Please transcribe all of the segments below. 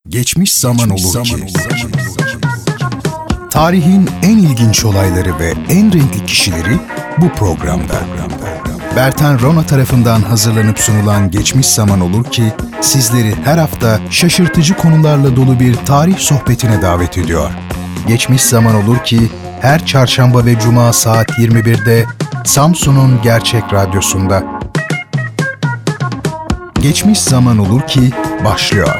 Geçmiş zaman olur ki. Tarihin en ilginç olayları ve en renkli kişileri bu programda. Bertan Rona tarafından hazırlanıp sunulan Geçmiş Zaman Olur ki, sizleri her hafta şaşırtıcı konularla dolu bir tarih sohbetine davet ediyor. Geçmiş Zaman Olur ki, her çarşamba ve cuma saat 21'de Samsun'un Gerçek Radyosu'nda. Geçmiş Zaman Olur ki başlıyor.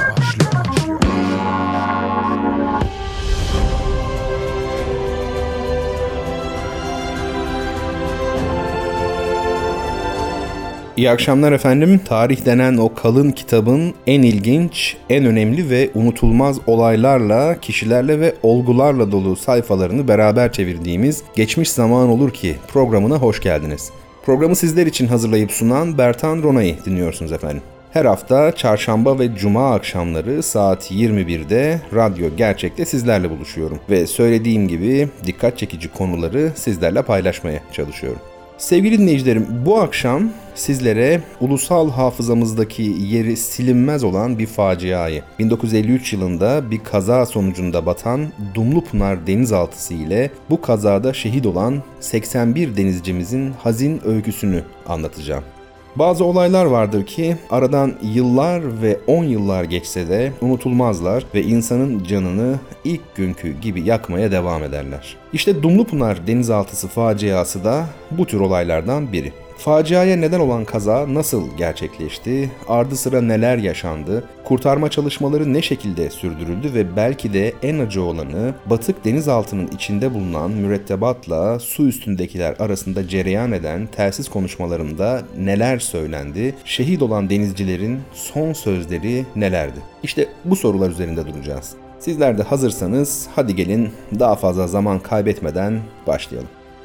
İyi akşamlar efendim. Tarih denen o kalın kitabın en ilginç, en önemli ve unutulmaz olaylarla, kişilerle ve olgularla dolu sayfalarını beraber çevirdiğimiz Geçmiş Zaman Olur ki programına hoş geldiniz. Programı sizler için hazırlayıp sunan Bertan Rona'yı dinliyorsunuz efendim. Her hafta çarşamba ve cuma akşamları saat 21'de Radyo Gerçek'te sizlerle buluşuyorum. Ve söylediğim gibi dikkat çekici konuları sizlerle paylaşmaya çalışıyorum. Sevgili dinleyicilerim, bu akşam sizlere ulusal hafızamızdaki yeri silinmez olan bir faciayı, 1953 yılında bir kaza sonucunda batan Dumlupınar denizaltısı ile bu kazada şehit olan 81 denizcimizin hazin öyküsünü anlatacağım. Bazı olaylar vardır ki aradan yıllar ve 10 yıllar geçse de unutulmazlar ve insanın canını ilk günkü gibi yakmaya devam ederler. İşte Dumlupınar denizaltısı faciası da bu tür olaylardan biri. Faciaya neden olan kaza nasıl gerçekleşti, ardı sıra neler yaşandı, kurtarma çalışmaları ne şekilde sürdürüldü ve belki de en acı olanı batık denizaltının içinde bulunan mürettebatla su üstündekiler arasında cereyan eden telsiz konuşmalarında neler söylendi, şehit olan denizcilerin son sözleri nelerdi? İşte bu sorular üzerinde duracağız. Sizler de hazırsanız hadi gelin daha fazla zaman kaybetmeden başlayalım.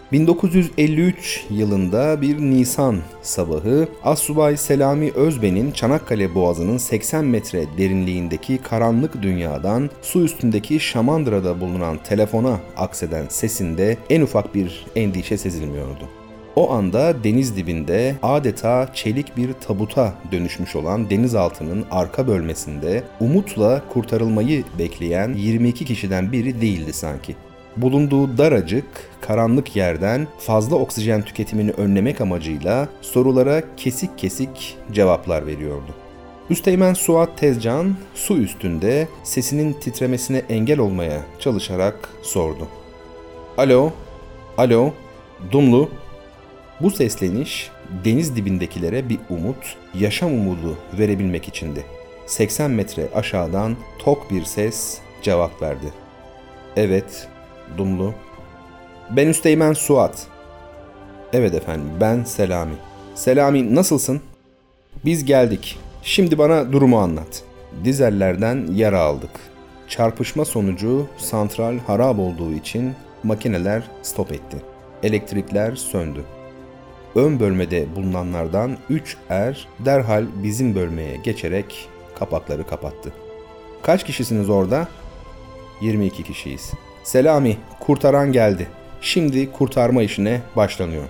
1953 yılında bir Nisan sabahı Astsubay Selami Özben'in Çanakkale Boğazı'nın 80 metre derinliğindeki karanlık dünyadan su üstündeki Şamandıra'da bulunan telefona akseden sesinde en ufak bir endişe sezilmiyordu. O anda deniz dibinde adeta çelik bir tabuta dönüşmüş olan denizaltının arka bölmesinde umutla kurtarılmayı bekleyen 22 kişiden biri değildi sanki. Bulunduğu daracık, karanlık yerden fazla oksijen tüketimini önlemek amacıyla sorulara kesik kesik cevaplar veriyordu. Üsteğmen Suat Tezcan su üstünde sesinin titremesine engel olmaya çalışarak sordu. Alo, alo, Dumlu. Bu sesleniş deniz dibindekilere bir umut, yaşam umudu verebilmek içindi. 80 metre aşağıdan tok bir ses cevap verdi. Evet, Dumlu. Ben Üsteğmen Suat. Evet efendim, ben Selami. Selami, nasılsın? Biz geldik. Şimdi bana durumu anlat. Dizellerden yara aldık. Çarpışma sonucu santral harap olduğu için makineler stop etti. Elektrikler söndü. Ön bölmede bulunanlardan 3 derhal bizim bölmeye geçerek kapakları kapattı. Kaç kişisiniz orada? 22 kişiyiz. Selami, kurtaran geldi. Şimdi kurtarma işine başlanıyor.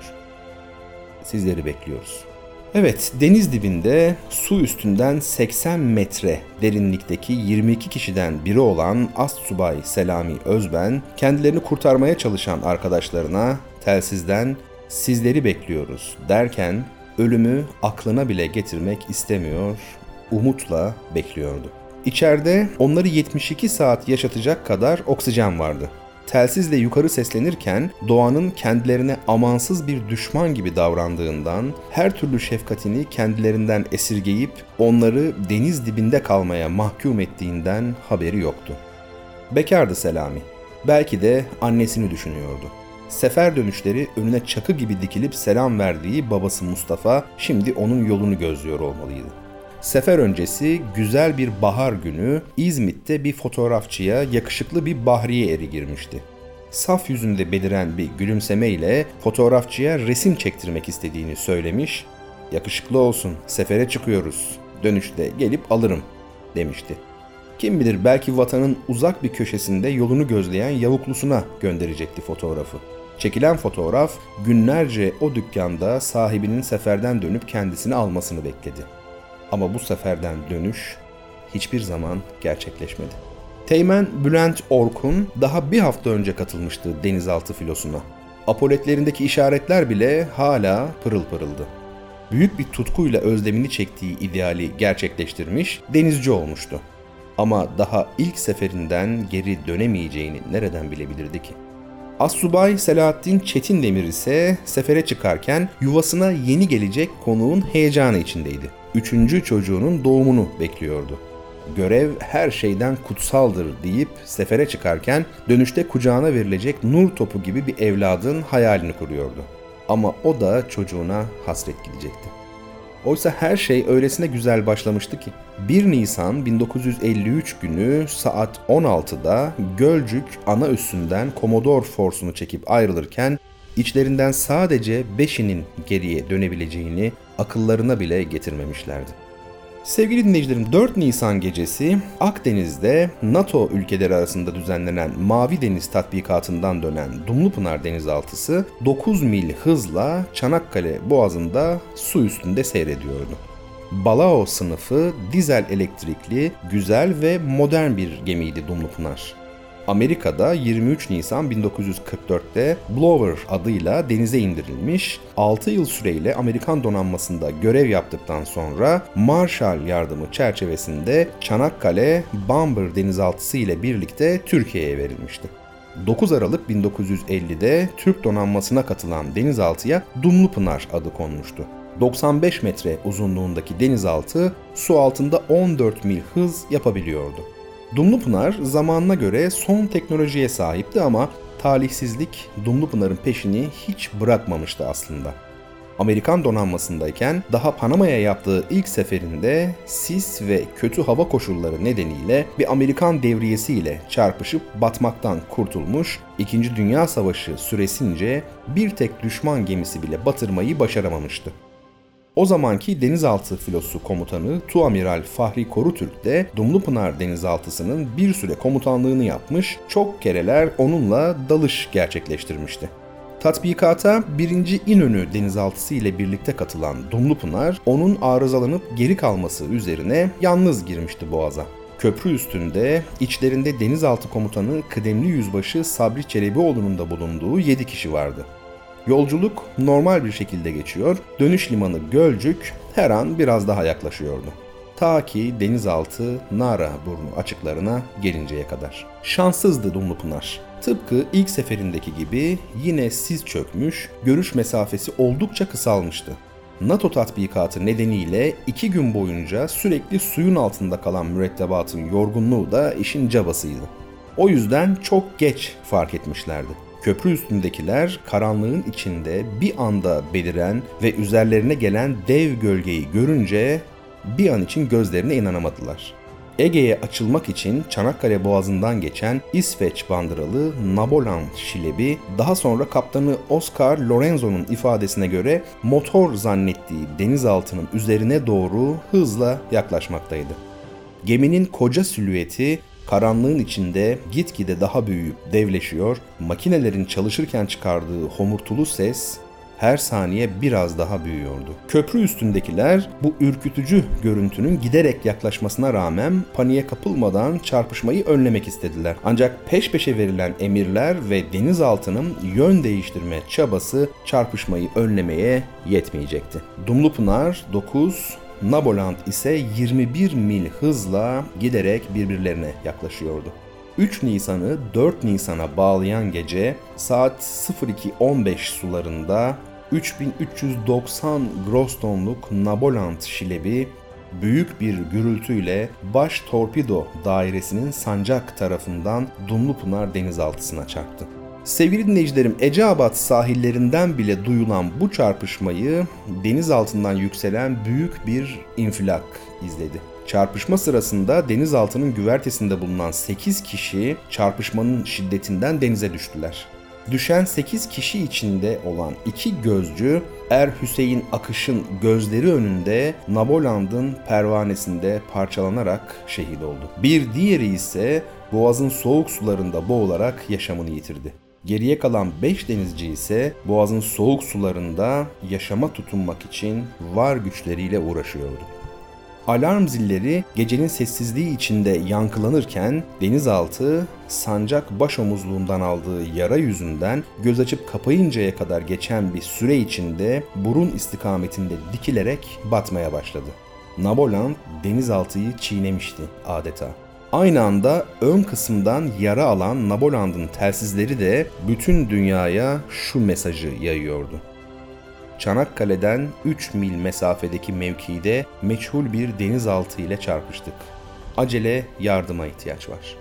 Sizleri bekliyoruz. Evet, deniz dibinde su üstünden 80 metre derinlikteki 22 kişiden biri olan Astsubay Selami Özben, kendilerini kurtarmaya çalışan arkadaşlarına telsizden "Sizleri bekliyoruz" derken ölümü aklına bile getirmek istemiyor, umutla bekliyordu. İçeride onları 72 saat yaşatacak kadar oksijen vardı. Telsizle yukarı seslenirken doğanın kendilerine amansız bir düşman gibi davrandığından, her türlü şefkatini kendilerinden esirgeyip onları deniz dibinde kalmaya mahkum ettiğinden haberi yoktu. Bekardı Selami. Belki de annesini düşünüyordu. Sefer dönüşleri önüne çakı gibi dikilip selam verdiği babası Mustafa şimdi onun yolunu gözlüyor olmalıydı. Sefer öncesi güzel bir bahar günü İzmit'te bir fotoğrafçıya yakışıklı bir Bahriye eri girmişti. Saf yüzünde beliren bir gülümsemeyle fotoğrafçıya resim çektirmek istediğini söylemiş, "Yakışıklı olsun, sefere çıkıyoruz, dönüşte gelip alırım" demişti. Kim bilir belki vatanın uzak bir köşesinde yolunu gözleyen yavuklusuna gönderecekti fotoğrafı. Çekilen fotoğraf günlerce o dükkanda sahibinin seferden dönüp kendisini almasını bekledi. Ama bu seferden dönüş hiçbir zaman gerçekleşmedi. Teğmen Bülent Orkun daha bir hafta önce katılmıştı denizaltı filosuna. Apoletlerindeki işaretler bile hala pırıl pırıldı. Büyük bir tutkuyla özlemini çektiği ideali gerçekleştirmiş, denizci olmuştu. Ama daha ilk seferinden geri dönemeyeceğini nereden bilebilirdi ki? Assubay Selahattin Çetindemir ise sefere çıkarken yuvasına yeni gelecek konuğun heyecanı içindeydi. 3. çocuğunun doğumunu bekliyordu. Görev her şeyden kutsaldır deyip sefere çıkarken dönüşte kucağına verilecek nur topu gibi bir evladın hayalini kuruyordu. Ama o da çocuğuna hasret gidecekti. Oysa her şey öylesine güzel başlamıştı ki 1 Nisan 1953 günü saat 16'da Gölcük ana üssünden Commodore Force'unu çekip ayrılırken içlerinden sadece 5'inin geriye dönebileceğini akıllarına bile getirmemişlerdi. Sevgili dinleyicilerim, 4 Nisan gecesi Akdeniz'de NATO ülkeleri arasında düzenlenen Mavi Deniz tatbikatından dönen Dumlupınar denizaltısı 9 mil hızla Çanakkale Boğazı'nda su üstünde seyrediyordu. Balao sınıfı dizel elektrikli, güzel ve modern bir gemiydi Dumlupınar. Amerika'da 23 Nisan 1944'te Blower adıyla denize indirilmiş, 6 yıl süreyle Amerikan donanmasında görev yaptıktan sonra Marshall yardımı çerçevesinde Çanakkale Bomber denizaltısı ile birlikte Türkiye'ye verilmişti. 9 Aralık 1950'de Türk donanmasına katılan denizaltıya Dumlupınar adı konmuştu. 95 metre uzunluğundaki denizaltı su altında 14 mil hız yapabiliyordu. Dumlupınar zamanına göre son teknolojiye sahipti ama talihsizlik Dumlupınar'ın peşini hiç bırakmamıştı aslında. Amerikan donanmasındayken daha Panama'ya yaptığı ilk seferinde sis ve kötü hava koşulları nedeniyle bir Amerikan devriyesiyle çarpışıp batmaktan kurtulmuş, 2. Dünya Savaşı süresince bir tek düşman gemisi bile batırmayı başaramamıştı. O zamanki denizaltı filosu komutanı Tuamiral Fahri Korutürk de Dumlupınar denizaltısının bir süre komutanlığını yapmış, çok kereler onunla dalış gerçekleştirmişti. Tatbikata 1. İnönü denizaltısı ile birlikte katılan Dumlupınar, onun arızalanıp geri kalması üzerine yalnız girmişti Boğaz'a. Köprü üstünde içlerinde denizaltı komutanı kıdemli yüzbaşı Sabri Çelebioğlu'nun da bulunduğu 7 kişi vardı. Yolculuk normal bir şekilde geçiyor, dönüş limanı Gölcük her an biraz daha yaklaşıyordu. Ta ki denizaltı Naraburnu açıklarına gelinceye kadar. Şanssızdı Dumlupınar. Tıpkı ilk seferindeki gibi yine sis çökmüş, görüş mesafesi oldukça kısalmıştı. NATO tatbikatı nedeniyle 2 gün boyunca sürekli suyun altında kalan mürettebatın yorgunluğu da işin cabasıydı. O yüzden çok geç fark etmişlerdi. Köprü üstündekiler karanlığın içinde bir anda beliren ve üzerlerine gelen dev gölgeyi görünce bir an için gözlerine inanamadılar. Ege'ye açılmak için Çanakkale Boğazı'ndan geçen İsveç bandıralı Naboland şilebi, daha sonra kaptanı Oscar Lorenzo'nun ifadesine göre motor zannettiği denizaltının üzerine doğru hızla yaklaşmaktaydı. Geminin koca silüeti karanlığın içinde gitgide daha büyüyüp devleşiyor, makinelerin çalışırken çıkardığı homurtulu ses her saniye biraz daha büyüyordu. Köprü üstündekiler bu ürkütücü görüntünün giderek yaklaşmasına rağmen paniğe kapılmadan çarpışmayı önlemek istediler. Ancak peş peşe verilen emirler ve denizaltının yön değiştirme çabası çarpışmayı önlemeye yetmeyecekti. Dumlupınar 9, Naboland ise 21 mil hızla giderek birbirlerine yaklaşıyordu. 3 Nisan'ı 4 Nisan'a bağlayan gece saat 02.15 sularında 3390 gross tonluk Naboland şilebi büyük bir gürültüyle baş torpido dairesinin sancak tarafından Dumlupınar denizaltısına çarptı. Sevgili dinleyicilerim, Eceabat sahillerinden bile duyulan bu çarpışmayı deniz altından yükselen büyük bir infilak izledi. Çarpışma sırasında denizaltının güvertesinde bulunan 8 kişi çarpışmanın şiddetinden denize düştüler. Düşen 8 kişi içinde olan 2 gözcü Hüseyin Akış'ın gözleri önünde Naboland'ın pervanesinde parçalanarak şehit oldu. Bir diğeri ise Boğaz'ın soğuk sularında boğularak yaşamını yitirdi. Geriye kalan 5 denizci ise Boğaz'ın soğuk sularında yaşama tutunmak için var güçleriyle uğraşıyordu. Alarm zilleri gecenin sessizliği içinde yankılanırken denizaltı sancak başomuzluğundan aldığı yara yüzünden göz açıp kapayıncaya kadar geçen bir süre içinde burun istikametinde dikilerek batmaya başladı. Naboland denizaltıyı çiğnemişti adeta. Aynı anda ön kısımdan yara alan Naboland'ın telsizleri de bütün dünyaya şu mesajı yayıyordu. Çanakkale'den 3 mil mesafedeki mevkide meçhul bir denizaltı ile çarpıştık. Acele yardıma ihtiyaç var.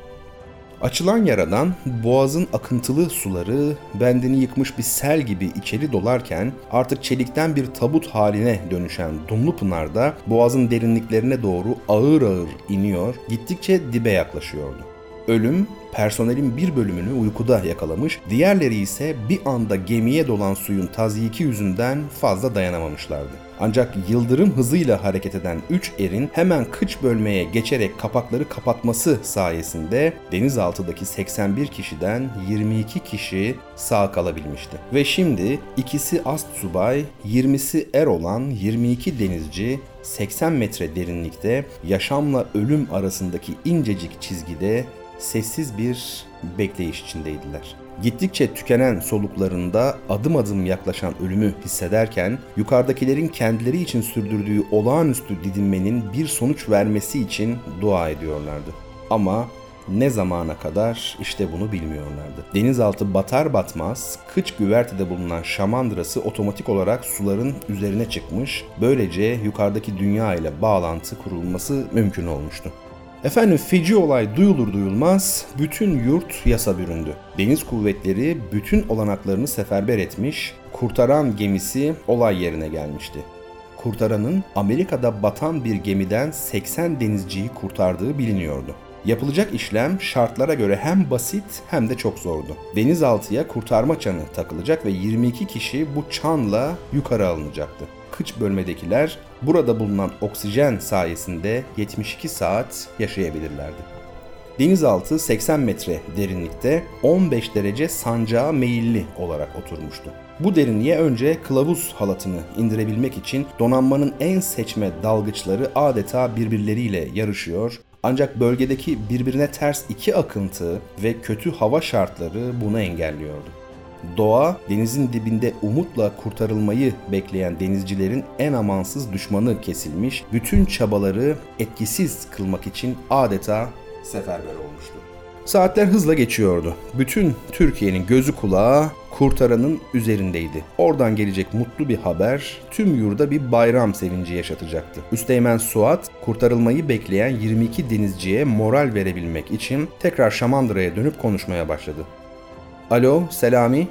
Açılan yaradan boğazın akıntılı suları bendini yıkmış bir sel gibi içeri dolarken artık çelikten bir tabut haline dönüşen Dumlupınar'da boğazın derinliklerine doğru ağır ağır iniyor, gittikçe dibe yaklaşıyordu. Ölüm, personelin bir bölümünü uykuda yakalamış, diğerleri ise bir anda gemiye dolan suyun tazyiki yüzünden fazla dayanamamışlardı. Ancak yıldırım hızıyla hareket eden 3 erin hemen kıç bölmeye geçerek kapakları kapatması sayesinde denizaltıdaki 81 kişiden 22 kişi sağ kalabilmişti. Ve şimdi ikisi astsubay, 20'si er olan 22 denizci 80 metre derinlikte yaşamla ölüm arasındaki incecik çizgide sessiz bir bekleyiş içindeydiler. Gittikçe tükenen soluklarında adım adım yaklaşan ölümü hissederken yukarıdakilerin kendileri için sürdürdüğü olağanüstü didinmenin bir sonuç vermesi için dua ediyorlardı. Ama ne zamana kadar işte bunu bilmiyorlardı. Denizaltı batar batmaz kıç güvertede bulunan şamandırası otomatik olarak suların üzerine çıkmış, böylece yukarıdaki dünya ile bağlantı kurulması mümkün olmuştu. Efendim feci olay duyulur duyulmaz bütün yurt yasa büründü. Deniz kuvvetleri bütün olanaklarını seferber etmiş, kurtaran gemisi olay yerine gelmişti. Kurtaranın Amerika'da batan bir gemiden 80 denizciyi kurtardığı biliniyordu. Yapılacak işlem şartlara göre hem basit hem de çok zordu. Denizaltıya kurtarma çanı takılacak ve 22 kişi bu çanla yukarı alınacaktı. Kıç bölmedekiler burada bulunan oksijen sayesinde 72 saat yaşayabilirlerdi. Denizaltı 80 metre derinlikte 15 derece sancağa meyilli olarak oturmuştu. Bu derinliğe önce kılavuz halatını indirebilmek için donanmanın en seçme dalgıçları adeta birbirleriyle yarışıyor. Ancak bölgedeki birbirine ters iki akıntı ve kötü hava şartları bunu engelliyordu. Doğa, denizin dibinde umutla kurtarılmayı bekleyen denizcilerin en amansız düşmanı kesilmiş, bütün çabaları etkisiz kılmak için adeta seferber olmuştu. Saatler hızla geçiyordu. Bütün Türkiye'nin gözü kulağı kurtaranın üzerindeydi. Oradan gelecek mutlu bir haber tüm yurda bir bayram sevinci yaşatacaktı. Üsteğmen Suat, kurtarılmayı bekleyen 22 denizciye moral verebilmek için tekrar Şamandıra'ya dönüp konuşmaya başladı. Alo, Selami?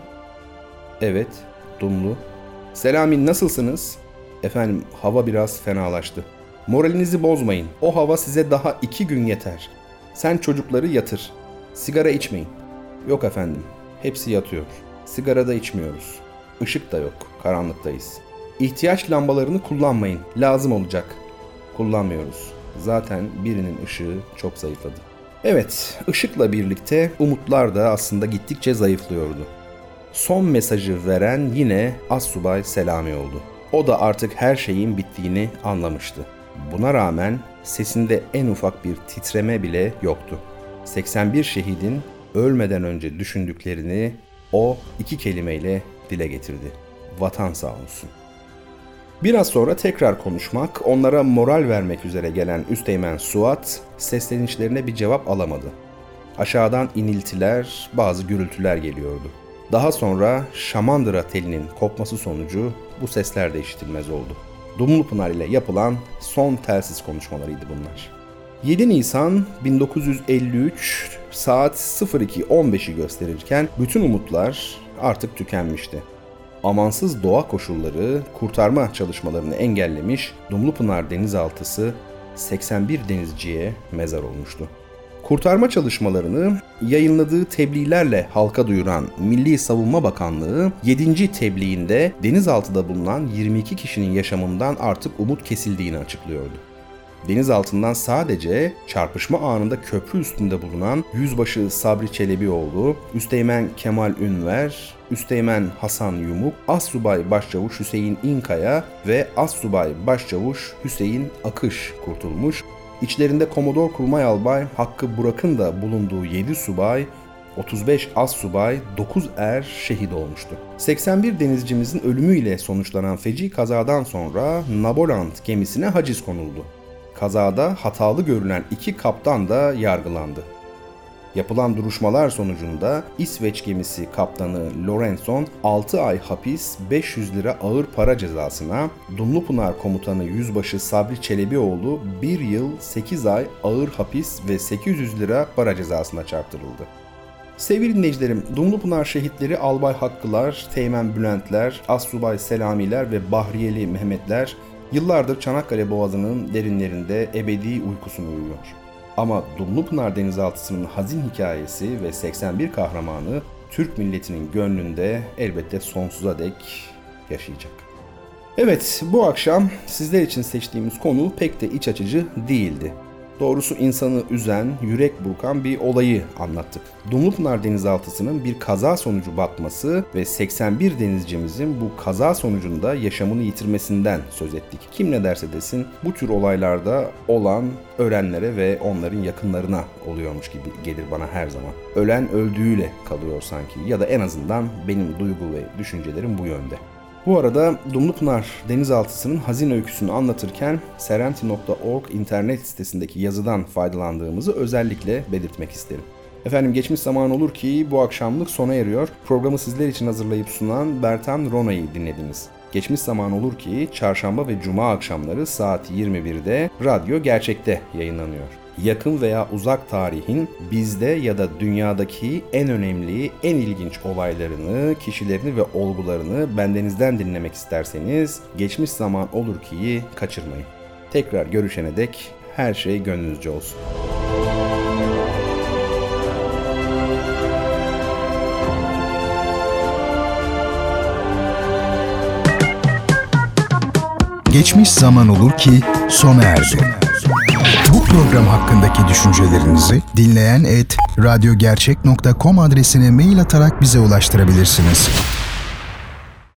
Evet, Dumlu. Selami nasılsınız? Efendim, hava biraz fenalaştı. Moralinizi bozmayın. O hava size daha 2 gün yeter. Sen çocukları yatır. Sigara içmeyin. Yok efendim, hepsi yatıyor. Sigara da içmiyoruz. Işık da yok, karanlıktayız. İhtiyaç lambalarını kullanmayın, lazım olacak. Kullanmıyoruz. Zaten birinin ışığı çok zayıfladı. Evet, ışıkla birlikte umutlar da aslında gittikçe zayıflıyordu. Son mesajı veren yine Assubay Selami oldu. O da artık her şeyin bittiğini anlamıştı. Buna rağmen sesinde en ufak bir titreme bile yoktu. 81 şehidin ölmeden önce düşündüklerini o 2 kelimeyle dile getirdi. Vatan sağ olsun. Biraz sonra tekrar konuşmak, onlara moral vermek üzere gelen Üsteğmen Suat, seslenişlerine bir cevap alamadı. Aşağıdan iniltiler, bazı gürültüler geliyordu. Daha sonra Şamandıra telinin kopması sonucu bu sesler de işitilmez oldu. Dumlupınar ile yapılan son telsiz konuşmalarıydı bunlar. 7 Nisan 1953 saat 02.15'i gösterirken bütün umutlar artık tükenmişti. Amansız doğa koşulları kurtarma çalışmalarını engellemiş, Dumlupınar denizaltısı 81 denizciye mezar olmuştu. Kurtarma çalışmalarını yayınladığı tebliğlerle halka duyuran Milli Savunma Bakanlığı 7. tebliğinde denizaltıda bulunan 22 kişinin yaşamından artık umut kesildiğini açıklıyordu. Deniz altından sadece çarpışma anında köprü üstünde bulunan Yüzbaşı Sabri Çelebioğlu, Üsteğmen Kemal Ünver, Üsteğmen Hasan Yumuk, Assubay Başçavuş Hüseyin İnkaya ve Assubay Başçavuş Hüseyin Akış kurtulmuş. İçlerinde Komodor Kurmay Albay Hakkı Burak'ın da bulunduğu 7 subay, 35 assubay, 9 er şehit olmuştu. 81 denizcimizin ölümüyle sonuçlanan feci kazadan sonra Naboland gemisine haciz konuldu. Kazada hatalı görülen 2 kaptan da yargılandı. Yapılan duruşmalar sonucunda İsveç gemisi kaptanı Lorentzon 6 ay hapis, 500 lira ağır para cezasına, Dumlupınar komutanı Yüzbaşı Sabri Çelebioğlu 1 yıl 8 ay ağır hapis ve 800 lira para cezasına çarptırıldı. Sevgili dinleyicilerim, Dumlupınar şehitleri Albay Hakkılar, Teğmen Bülentler, Assubay Selamiler ve Bahriyeli Mehmetler yıllardır Çanakkale Boğazı'nın derinlerinde ebedi uykusunu uyuyor. Ama Dumlupınar denizaltısının hazin hikayesi ve 81 kahramanı Türk milletinin gönlünde elbette sonsuza dek yaşayacak. Evet, bu akşam sizler için seçtiğimiz konu pek de iç açıcı değildi. Doğrusu insanı üzen, yürek burkan bir olayı anlattık. Dumlupınar denizaltısının bir kaza sonucu batması ve 81 denizcimizin bu kaza sonucunda yaşamını yitirmesinden söz ettik. Kim ne derse desin bu tür olaylarda olan ölenlere ve onların yakınlarına oluyormuş gibi gelir bana her zaman. Ölen öldüğüyle kalıyor sanki, ya da en azından benim duygu ve düşüncelerim bu yönde. Bu arada Dumlupınar denizaltısının hazin öyküsünü anlatırken serenti.org internet sitesindeki yazıdan faydalandığımızı özellikle belirtmek isterim. Efendim, geçmiş zaman olur ki bu akşamlık sona eriyor. Programı sizler için hazırlayıp sunan Bertan Rona'yı dinlediniz. Geçmiş zaman olur ki çarşamba ve cuma akşamları saat 21'de Radyo Gerçek'te yayınlanıyor. Yakın veya uzak tarihin bizde ya da dünyadaki en önemli, en ilginç olaylarını, kişilerini ve olgularını bendenizden dinlemek isterseniz geçmiş zaman olur ki'yi kaçırmayın. Tekrar görüşene dek her şey gönlünüzce olsun. Geçmiş zaman olur ki sona erdi. Bu program hakkındaki düşüncelerinizi dinleyen@radyogercek.com adresine mail atarak bize ulaştırabilirsiniz.